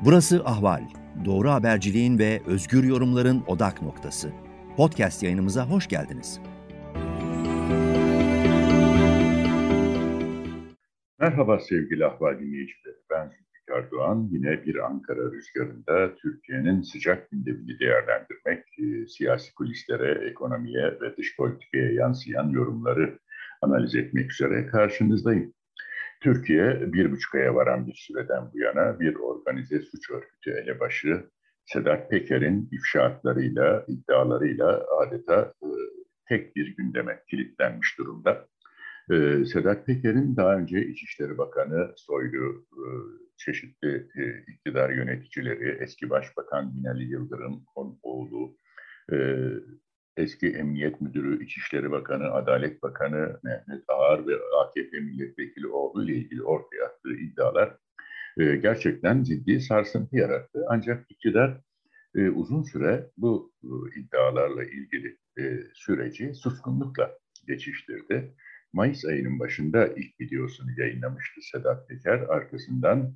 Burası Ahval. Doğru haberciliğin ve özgür yorumların odak noktası. Podcast yayınımıza hoş geldiniz. Merhaba sevgili Ahval dinleyicileri. Ben Zülfikar Doğan. Yine bir Ankara rüzgarında Türkiye'nin sıcak gündemini değerlendirmek, siyasi kulislere, ekonomiye ve dış politikaya yansıyan yorumları analiz etmek üzere karşınızdayım. Türkiye 1,5 aya varan bir süreden bu yana bir organize suç örgütü elebaşı Sedat Peker'in ifşaatlarıyla, iddialarıyla adeta tek bir gündeme kilitlenmiş durumda. Sedat Peker'in daha önce İçişleri Bakanı Soylu, çeşitli iktidar yöneticileri, eski Başbakan Binali Yıldırım oğlu, e, eski Emniyet Müdürü, İçişleri Bakanı, Adalet Bakanı Mehmet Ağar ve AKP Milletvekili oğlu ile ilgili ortaya attığı iddialar gerçekten ciddi sarsıntı yarattı. Ancak iktidar uzun süre bu iddialarla ilgili süreci suskunlukla geçiştirdi. Mayıs ayının başında ilk videosunu yayınlamıştı Sedat Peker. Arkasından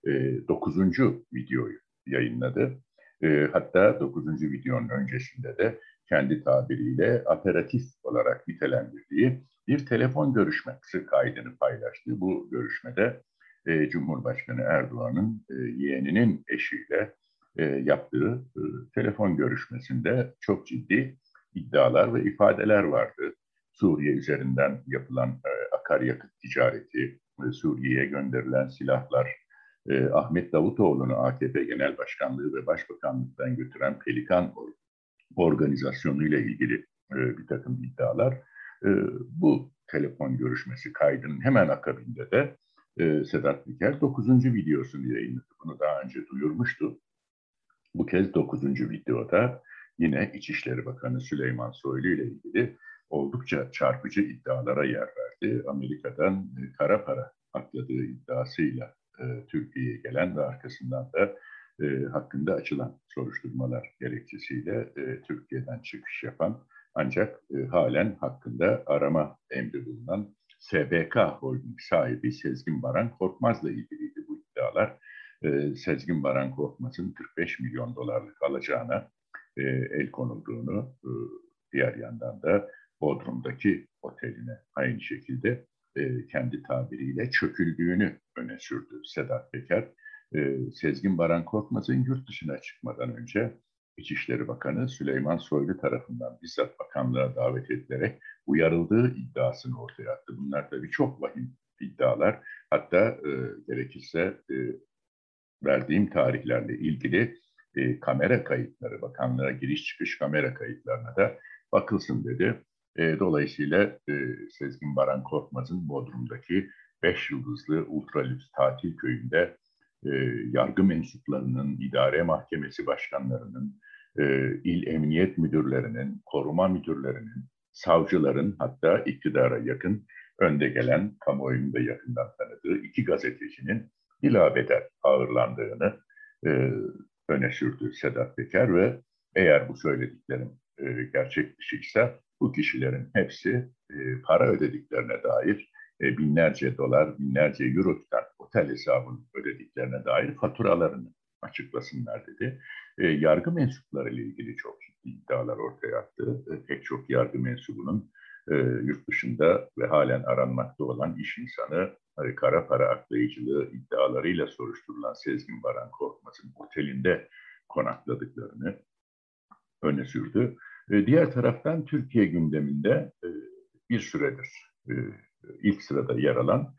9. videoyu yayınladı. Hatta 9. videonun öncesinde de kendi tabiriyle aperatif olarak nitelendirdiği bir telefon görüşmesi kaydını paylaştı. Bu görüşmede Cumhurbaşkanı Erdoğan'ın yeğeninin eşiyle yaptığı telefon görüşmesinde çok ciddi iddialar ve ifadeler vardı. Suriye üzerinden yapılan akaryakıt ticareti, Suriye'ye gönderilen silahlar, Ahmet Davutoğlu'nu AKP Genel Başkanlığı ve Başbakanlıktan götüren Pelikan organizasyonu ile ilgili bir takım iddialar. Bu telefon görüşmesi kaydının hemen akabinde de Sedat Peker 9. videosunu yayınladı. Bunu daha önce duyurmuştu. Bu kez 9. videoda yine İçişleri Bakanı Süleyman Soylu ile ilgili oldukça çarpıcı iddialara yer verdi. Amerika'dan kara para akladığı iddiasıyla Türkiye'ye gelen ve arkasından da hakkında açılan soruşturmalar gerekçesiyle Türkiye'den çıkış yapan ancak halen hakkında arama emri bulunan SBK Holding sahibi Sezgin Baran Korkmaz'la ilgiliydi bu iddialar. Sezgin Baran Korkmaz'ın 45 milyon dolarlık alacağına el konulduğunu, diğer yandan da Bodrum'daki oteline aynı şekilde kendi tabiriyle çöküldüğünü öne sürdü Sedat Peker. Sezgin Baran Korkmaz'ın yurt dışına çıkmadan önce İçişleri Bakanı Süleyman Soylu tarafından bizzat bakanlığa davet edilerek uyarıldığı iddiasını ortaya attı. Bunlar tabii çok vahim iddialar. Hatta gerekirse verdiğim tarihlerle ilgili kamera kayıtları, bakanlığa giriş çıkış kamera kayıtlarına da bakılsın dedi. Dolayısıyla Sezgin Baran Korkmaz'ın Bodrum'daki 5 yıldızlı ultralüks tatil köyünde yargı mensuplarının, idare mahkemesi başkanlarının, il emniyet müdürlerinin, koruma müdürlerinin, savcıların hatta iktidara yakın önde gelen, kamuoyunun da yakından tanıdığı 2 gazetecinin ilabeder ağırlandığını öne sürdü Sedat Peker ve eğer bu söylediklerim gerçek dışıysa bu kişilerin hepsi para ödediklerine dair binlerce dolar, binlerce euro tutan otel hesabını ödediklerine dair faturalarını açıklasınlar dedi. Yargı mensupları ile ilgili çok ciddi iddialar ortaya attı. Pek çok yargı mensubunun yurt dışında ve halen aranmakta olan iş insanı kara para aklayıcılığı iddialarıyla soruşturulan Sezgin Baran Korkmaz'ın otelinde konakladıklarını öne sürdü. Diğer taraftan Türkiye gündeminde bir süredir ilk sırada yer alan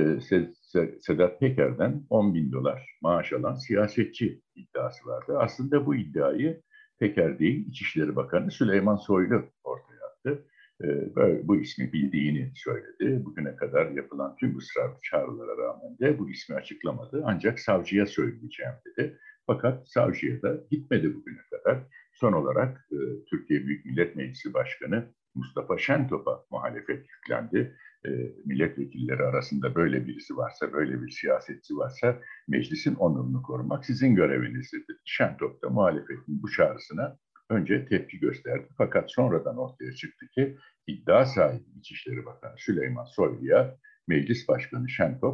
Sedat Peker'den 10 bin dolar maaş alan siyasetçi iddiası vardı. Aslında bu iddiayı Peker değil, İçişleri Bakanı Süleyman Soylu ortaya attı. Böyle bu ismi bildiğini söyledi. Bugüne kadar yapılan tüm ısrarlı çağrılara rağmen de bu ismi açıklamadı. Ancak savcıya söyleyeceğim dedi. Fakat savcıya da gitmedi bugüne kadar. Son olarak Türkiye Büyük Millet Meclisi Başkanı Mustafa Şentop'a muhalefet yüklendi. Milletvekilleri arasında böyle birisi varsa, böyle bir siyasetçi varsa meclisin onurunu korumak sizin görevinizdir dedi. Şentop da muhalefetin bu çağrısına önce tepki gösterdi. Fakat sonradan ortaya çıktı ki iddia sahibi İçişleri Bakanı Süleyman Soylu'ya Meclis Başkanı Şentop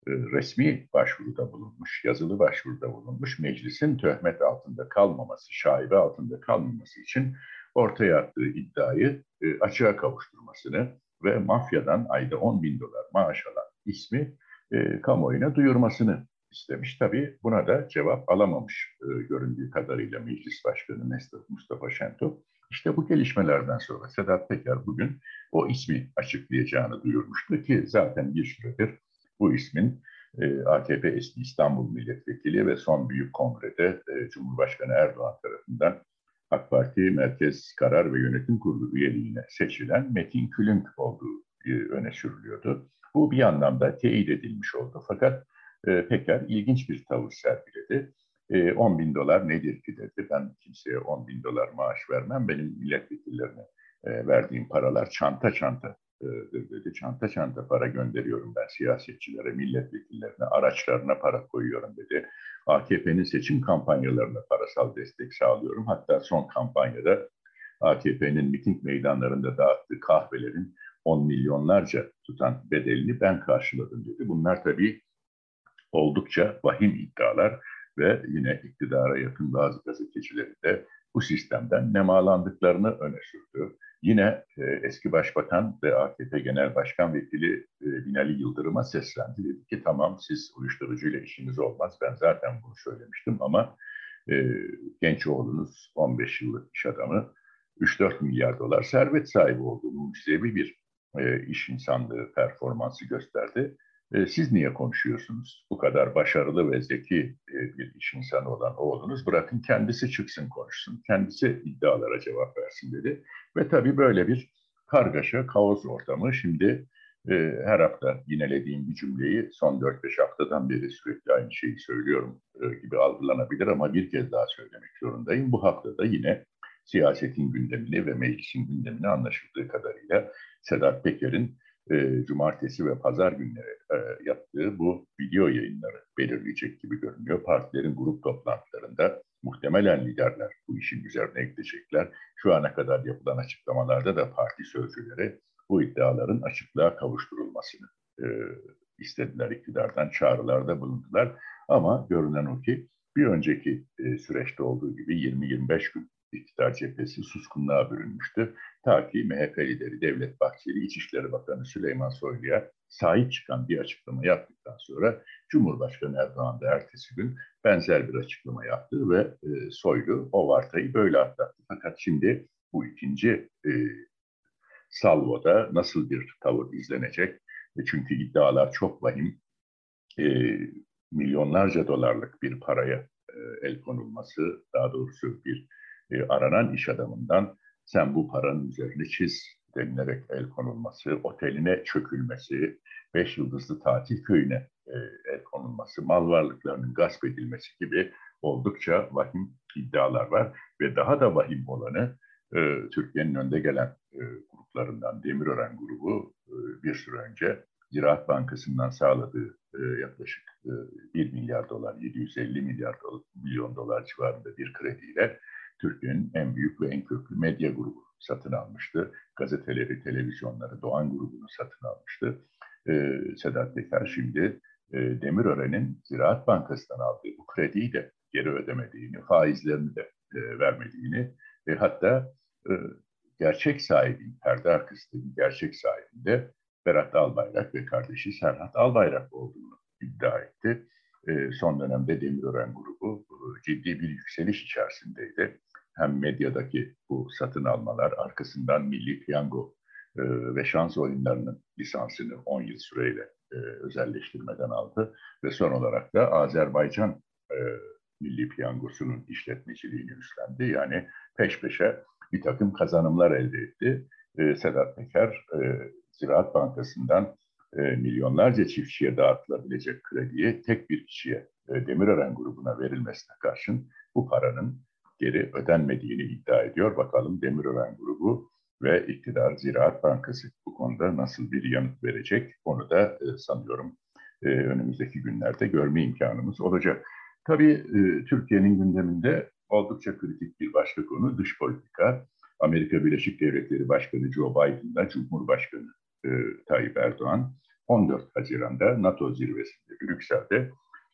resmi başvuruda bulunmuş, yazılı başvuruda bulunmuş, meclisin töhmet altında kalmaması, şaibe altında kalmaması için ortaya attığı iddiayı açığa kavuşturmasını ve mafyadan ayda 10 bin dolar maaş alan ismi kamuoyuna duyurmasını istemiş. Tabii buna da cevap alamamış göründüğü kadarıyla Meclis Başkanı Mustafa Şentop. İşte bu gelişmelerden sonra Sedat Peker bugün o ismi açıklayacağını duyurmuştu ki zaten bir süredir bu ismin AKP eski İstanbul Milletvekili ve son büyük kongrede Cumhurbaşkanı Erdoğan tarafından AK Parti Merkez Karar ve Yönetim Kurulu üyeliğine seçilen Metin Külünk olduğu öne sürülüyordu. Bu bir anlamda teyit edilmiş oldu. Fakat Peker ilginç bir tavır sergiledi. 10 bin dolar nedir ki dedi. Ben kimseye 10 bin dolar maaş vermem. Benim milletvekillerine verdiğim paralar çanta çanta dedi. Çanta çanta para gönderiyorum ben siyasetçilere, milletvekillerine, araçlarına para koyuyorum dedi. AKP'nin seçim kampanyalarına parasal destek sağlıyorum. Hatta son kampanyada AKP'nin miting meydanlarında dağıttığı kahvelerin 10 milyonlarca tutan bedelini ben karşıladım dedi. Bunlar tabii oldukça vahim iddialar ve yine iktidara yakın bazı gazetecilerin de bu sistemden nemalandıklarını öne sürdü. Yine eski başbakan ve AKP Genel Başkan Vekili Binali Yıldırım'a seslendi. Dedi ki tamam siz uyuşturucuyla işiniz olmaz. Ben zaten bunu söylemiştim ama genç oğlunuz 15 yıllık iş adamı 3-4 milyar dolar servet sahibi oldu. Mucizevi bir iş insanlığı performansı gösterdi. Siz niye konuşuyorsunuz? Bu kadar başarılı ve zeki bir iş insanı olan oğlunuz bırakın kendisi çıksın konuşsun. Kendisi iddialara cevap versin dedi. Ve tabii böyle bir kargaşa, kaos ortamı. Şimdi her hafta yinelediğim bir cümleyi son 4-5 haftadan beri sürekli aynı şeyi söylüyorum gibi algılanabilir ama bir kez daha söylemek zorundayım. Bu hafta da yine siyasetin gündemini ve meclisin gündemini anlaşıldığı kadarıyla Sedat Peker'in cumartesi ve pazar günleri yaptığı bu video yayınları belirleyecek gibi görünüyor. Partilerin grup toplantılarında muhtemelen liderler bu işin üzerine gidecekler. Şu ana kadar yapılan açıklamalarda da parti sözcüleri bu iddiaların açıklığa kavuşturulmasını istediler, iktidardan çağrılarda bulundular. Ama görünen o ki bir önceki süreçte olduğu gibi 20-25 gün iktidar cephesi suskunluğa bürünmüştü. Ta ki MHP lideri Devlet Bahçeli, İçişleri Bakanı Süleyman Soylu'ya sahip çıkan bir açıklama yaptıktan sonra Cumhurbaşkanı Erdoğan da ertesi gün benzer bir açıklama yaptı ve Soylu o vartayı böyle atlattı. Fakat şimdi bu ikinci salvoda nasıl bir tavır izlenecek? Çünkü iddialar çok vahim. Milyonlarca dolarlık bir paraya el konulması, daha doğrusu bir aranan iş adamından sen bu paranın üzerine çiz denilerek el konulması, oteline çökülmesi, 5 yıldızlı tatil köyüne el konulması, mal varlıklarının gasp edilmesi gibi oldukça vahim iddialar var. Ve daha da vahim olanı Türkiye'nin önde gelen gruplarından Demirören grubu bir süre önce Ziraat Bankası'ndan sağladığı yaklaşık 1 milyar dolar, 750 milyon dolar civarında bir krediyle Türkiye'nin en büyük ve en köklü medya grubu satın almıştı. Gazeteleri, televizyonları, Doğan grubunu satın almıştı. Sedat Peker şimdi Demirören'in Ziraat Bankası'ndan aldığı bu krediyi de geri ödemediğini, faizlerini de vermediğini ve hatta gerçek sahibin, perde arkasındaki gerçek sahibin de Berat Albayrak ve kardeşi Serhat Albayrak olduğunu iddia etti. Son dönemde Demirören grubu ciddi bir yükseliş içerisindeydi. Hem medyadaki bu satın almalar, arkasından Milli Piyango ve şans oyunlarının lisansını 10 yıl süreyle özelleştirmeden aldı. Ve son olarak da Azerbaycan Milli Piyangosu'nun işletmeciliğini üstlendi. Yani peş peşe bir takım kazanımlar elde etti. Sedat Peker, Ziraat Bankası'ndan milyonlarca çiftçiye dağıtılabilecek krediyi tek bir kişiye, Demirören grubuna verilmesine karşın bu paranın geri ödenmediğini iddia ediyor. Bakalım Demirören grubu ve iktidar Ziraat Bankası bu konuda nasıl bir yanıt verecek? Onu da sanıyorum önümüzdeki günlerde görme imkanımız olacak. Tabii Türkiye'nin gündeminde oldukça kritik bir başka konu dış politika. Amerika Birleşik Devletleri Başkanı Joe Biden'la Cumhurbaşkanı Tayyip Erdoğan 14 Haziran'da NATO zirvesinde Brüksel'de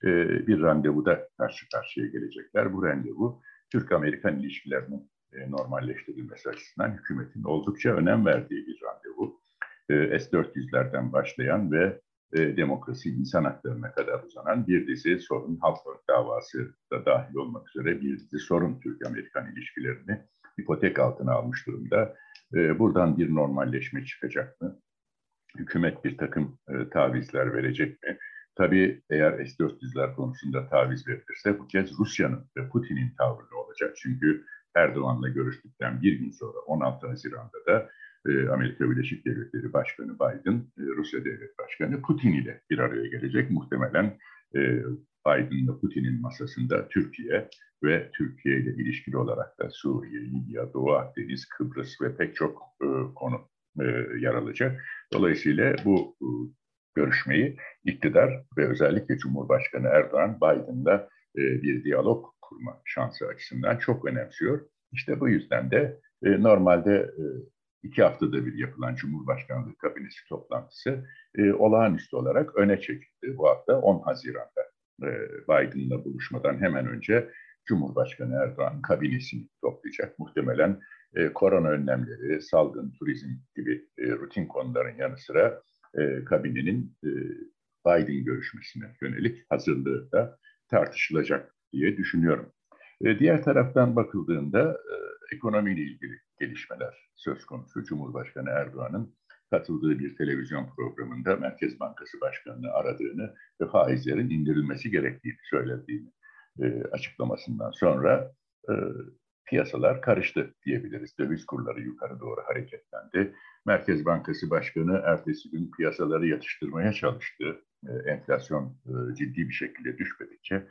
bir randevuda karşı karşıya gelecekler. Bu randevu Türk-Amerikan ilişkilerinin normalleştirilmesi açısından hükümetin oldukça önem verdiği bir randevu. S-400'lerden başlayan ve demokrasi, insan haklarına kadar uzanan bir dizi sorun, Halkbank davası da dahil olmak üzere bir dizi sorun Türk-Amerikan ilişkilerini ipotek altına almış durumda. Buradan bir normalleşme çıkacak mı? Hükümet bir takım tavizler verecek mi? Tabii eğer S-400'ler konusunda taviz verilirse bu kez Rusya'nın ve Putin'in tavrı olacak. Çünkü Erdoğan'la görüştükten bir gün sonra 16 Haziran'da da Amerika Birleşik Devletleri Başkanı Biden, Rusya Devlet Başkanı Putin ile bir araya gelecek. Muhtemelen Biden'la Putin'in masasında Türkiye ve Türkiye ile ilişkili olarak da Suriye, Libya, Doğu Akdeniz, Kıbrıs ve pek çok konu yer alacak. Dolayısıyla bu görüşmeyi iktidar ve özellikle Cumhurbaşkanı Erdoğan Biden'la bir diyalog kurma şansı açısından çok önemsiyor. İşte bu yüzden de normalde 2 haftada bir yapılan Cumhurbaşkanlığı kabinesi toplantısı olağanüstü olarak öne çekildi. Bu hafta 10 Haziran'da Biden'la buluşmadan hemen önce Cumhurbaşkanı Erdoğan kabinesini toplayacak. Muhtemelen korona önlemleri, salgın, turizm gibi rutin konuların yanı sıra kabinenin Biden görüşmesine yönelik hazırlığı da tartışılacak diye düşünüyorum. Diğer taraftan bakıldığında ekonomiyle ilgili gelişmeler söz konusu. Cumhurbaşkanı Erdoğan'ın katıldığı bir televizyon programında Merkez Bankası Başkanı'nı aradığını ve faizlerin indirilmesi gerektiğini söylediğini açıklamasından sonra piyasalar karıştı diyebiliriz. Döviz kurları yukarı doğru hareketlendi. Merkez Bankası Başkanı ertesi gün piyasaları yatıştırmaya çalıştı. Enflasyon ciddi bir şekilde düşmedikçe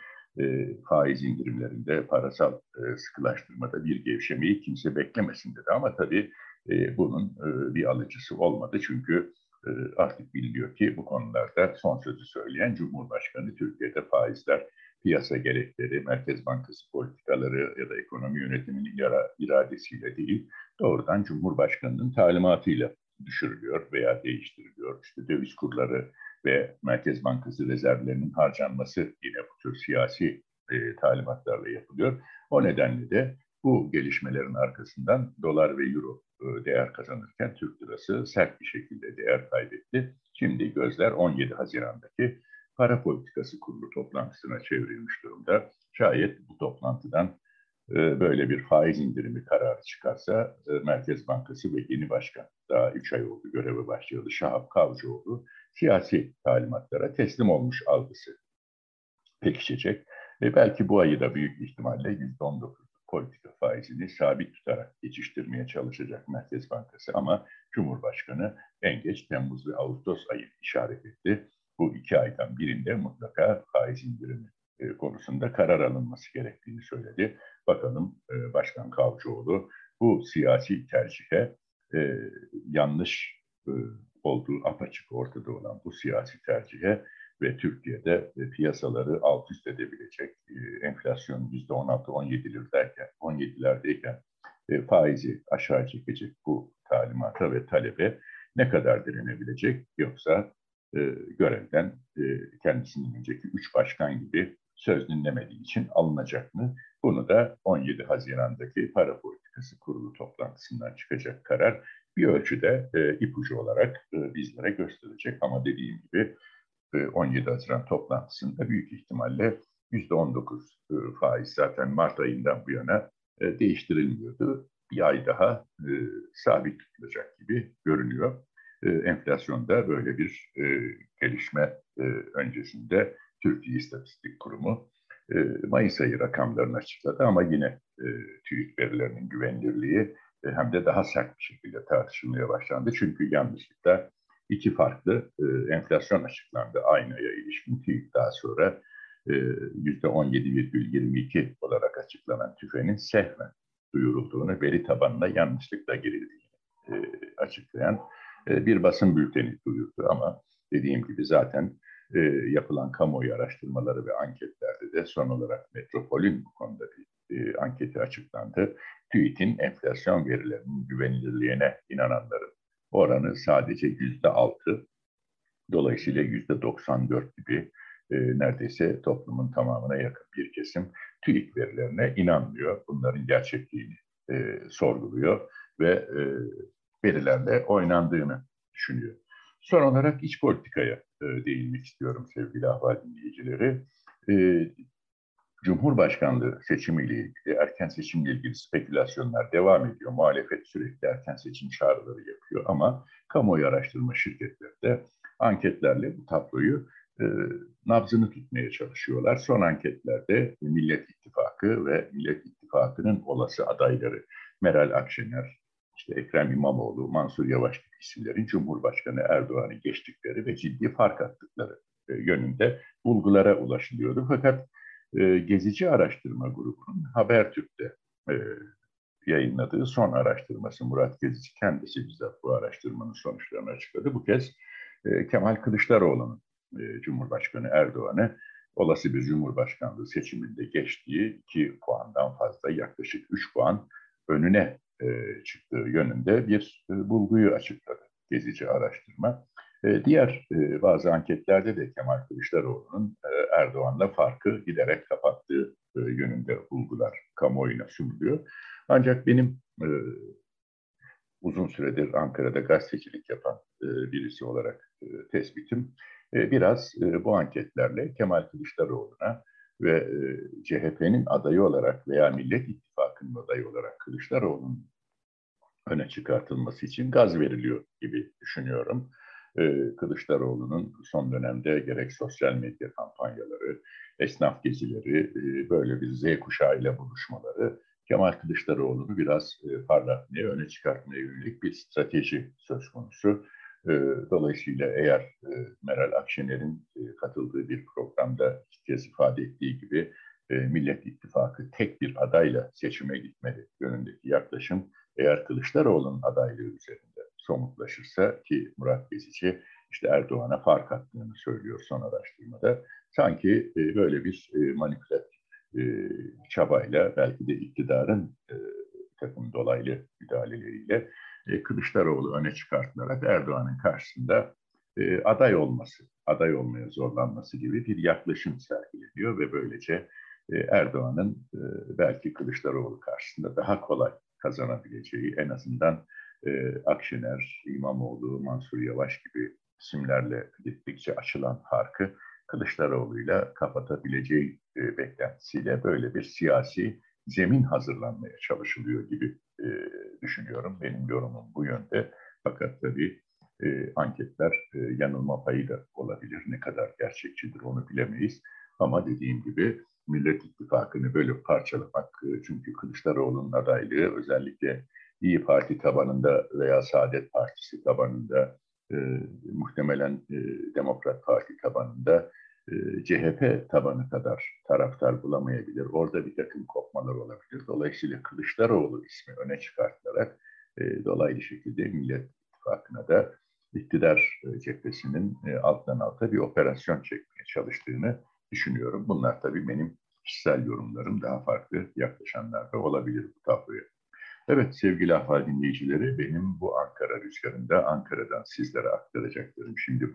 faiz indirimlerinde, parasal sıkılaştırmada bir gevşemeyi kimse beklemesin dedi. Ama tabii bunun bir alıcısı olmadı. Çünkü artık biliniyor ki bu konularda son sözü söyleyen Cumhurbaşkanı. Türkiye'de faizler piyasa gerekleri, Merkez Bankası politikaları ya da ekonomi yönetiminin iradesiyle değil, doğrudan Cumhurbaşkanı'nın talimatıyla düşürülüyor veya değiştiriliyor. İşte döviz kurları ve Merkez Bankası rezervlerinin harcanması yine bu tür siyasi talimatlarla yapılıyor. O nedenle de bu gelişmelerin arkasından dolar ve euro değer kazanırken Türk lirası sert bir şekilde değer kaybetti. Şimdi gözler 17 Haziran'daki Para Politikası Kurulu toplantısına çevrilmiş durumda. Şayet bu toplantıdan böyle bir faiz indirimi kararı çıkarsa Merkez Bankası ve yeni başkan daha 3 ay oldu göreve başlayalı Şahap Kavcıoğlu siyasi talimatlara teslim olmuş algısı pekişecek. Belki bu ayı da büyük ihtimalle %19 politika faizini sabit tutarak geçiştirmeye çalışacak Merkez Bankası ama Cumhurbaşkanı en geç Temmuz ve Ağustos ayı işaret etti. Bu 2 aydan birinde mutlaka faiz indirimi konusunda karar alınması gerektiğini söyledi. Bakalım Başkan Kavcıoğlu bu siyasi tercihe yanlış olduğu apaçık ortada olan bu siyasi tercihe ve Türkiye'de piyasaları alt üst edebilecek enflasyon %16-17'lerdeyken faizi aşağı çekecek bu talimata ve talebe ne kadar direnebilecek yoksa görevden kendisinden önceki 3 başkan gibi söz dinlemediği için alınacak mı? Bunu da 17 Haziran'daki Para Politikası Kurulu toplantısından çıkacak karar bir ölçüde ipucu olarak bizlere gösterecek. Ama dediğim gibi 17 Haziran toplantısında büyük ihtimalle %19 faiz zaten Mart ayından bu yana değiştirilmiyordu. Bir ay daha sabit tutulacak gibi görünüyor. Enflasyonda böyle bir gelişme öncesinde Türkiye İstatistik Kurumu Mayıs ayı rakamlarını açıkladı ama yine TÜİK verilerinin güvenilirliği hem de daha sert bir şekilde tartışılmaya başlandı. Çünkü yanlışlıkla 2 farklı enflasyon açıklandı aynı aya ilişkin. TÜİK daha sonra %17,22 olarak açıklanan tüfenin sehven duyurulduğunu, veri tabanına yanlışlıkla girildiğini açıklayan bir basın bülteni duyurdu. Ama dediğim gibi zaten yapılan kamuoyu araştırmaları ve anketlerde de son olarak Metropol'ün bu konuda bir anketi açıklandı. TÜİK'in enflasyon verilerinin güvenilirliğine inananların oranı sadece %6. Dolayısıyla %94 gibi neredeyse toplumun tamamına yakın bir kesim TÜİK verilerine inanmıyor. Bunların gerçekliğini sorguluyor ve verilerle oynandığını düşünüyor. Son olarak iç politikaya değinmek istiyorum sevgili Ahval dinleyicileri. E, Cumhurbaşkanlığı seçimiyle ilgili, erken seçimle ilgili spekülasyonlar devam ediyor. Muhalefet sürekli erken seçim çağrıları yapıyor ama kamuoyu araştırma şirketleri de anketlerle bu tabloyu nabzını tutmaya çalışıyorlar. Son anketlerde Millet İttifakı ve Millet İttifakı'nın olası adayları Meral Akşener, işte Ekrem İmamoğlu, Mansur Yavaş gibi isimlerin Cumhurbaşkanı Erdoğan'ı geçtikleri ve ciddi fark attıkları yönünde bulgulara ulaşılıyordu. Fakat Gezici Araştırma Grubu'nun Habertürk'te yayınladığı son araştırması, Murat Gezici kendisi bizzat bu araştırmanın sonuçlarını açıkladı. Bu kez Kemal Kılıçdaroğlu'nun Cumhurbaşkanı Erdoğan'ı olası bir Cumhurbaşkanlığı seçiminde geçtiği 2 puandan fazla, yaklaşık 3 puan önüne çıktığı yönünde bir bulguyu açıkladı Gezici Araştırma. Diğer bazı anketlerde de Kemal Kılıçdaroğlu'nun Erdoğan'la farkı giderek kapattığı yönünde bulgular kamuoyuna sunuluyor. Ancak benim uzun süredir Ankara'da gazetecilik yapan birisi olarak tespitim biraz bu anketlerle Kemal Kılıçdaroğlu'na ve CHP'nin adayı olarak veya Millet İttifakı'nın adayı olarak Kılıçdaroğlu'nun öne çıkartılması için gaz veriliyor gibi düşünüyorum. Kılıçdaroğlu'nun son dönemde gerek sosyal medya kampanyaları, esnaf gezileri, böyle bir Z kuşağıyla buluşmaları Kemal Kılıçdaroğlu'nu biraz parlatmaya, öne çıkartmaya yönelik bir strateji söz konusu. Dolayısıyla eğer Meral Akşener'in katıldığı bir programda ilk kez ifade ettiği gibi Millet İttifakı tek bir adayla seçime gitmeli yönündeki yaklaşım eğer Kılıçdaroğlu'nun adaylığı üzerinde somutlaşırsa ki Murat Gezici işte Erdoğan'a fark attığını söylüyor son araştırmada. Sanki böyle bir manipülatif çabayla belki de iktidarın takım dolaylı müdahaleleriyle Kılıçdaroğlu öne çıkartılarak Erdoğan'ın karşısında aday olması, aday olmaya zorlanması gibi bir yaklaşım sergileniyor ve böylece Erdoğan'ın belki Kılıçdaroğlu karşısında daha kolay kazanabileceği, en azından Akşener, İmamoğlu, Mansur Yavaş gibi isimlerle gittikçe açılan farkı Kılıçdaroğlu'yla kapatabileceği beklentisiyle böyle bir siyasi zemin hazırlanmaya çalışılıyor gibi düşünüyorum. Benim yorumum bu yönde. Fakat tabii anketler yanılma payı da olabilir. Ne kadar gerçekçidir onu bilemeyiz. Ama dediğim gibi Millet İttifakı'nı böyle parçalamak, çünkü Kılıçdaroğlu'nun adaylığı özellikle İYİ Parti tabanında veya Saadet Partisi tabanında, muhtemelen Demokrat Parti tabanında CHP tabanı kadar taraftar bulamayabilir. Orada bir takım kopmalar olabilir. Dolayısıyla Kılıçdaroğlu ismi öne çıkartılarak dolaylı şekilde Millet İttifakı'na da iktidar cephesinin alttan alta bir operasyon çekmeye çalıştığını düşünüyorum. Bunlar tabii benim kişisel yorumlarım, daha farklı yaklaşanlar da olabilir bu tabloya. Evet sevgili Ahval dinleyicileri, benim bu Ankara rüzgarında Ankara'dan sizlere aktaracaklarım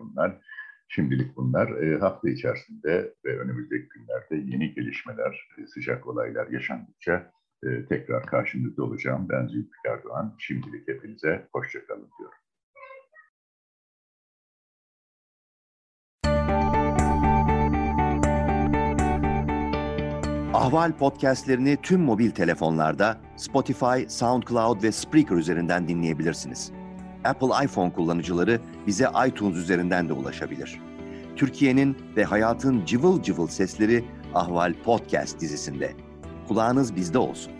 şimdilik bunlar. Hafta içerisinde ve önümüzdeki günlerde yeni gelişmeler, sıcak olaylar yaşandıkça tekrar karşınızda olacağım. Ben Zülfikar Doğan. Şimdilik hepinize hoşça kalın diyorum. Ahval podcastlerini tüm mobil telefonlarda Spotify, SoundCloud ve Spreaker üzerinden dinleyebilirsiniz. Apple iPhone kullanıcıları bize iTunes üzerinden de ulaşabilir. Türkiye'nin ve hayatın cıvıl cıvıl sesleri Ahval Podcast dizisinde. Kulağınız bizde olsun.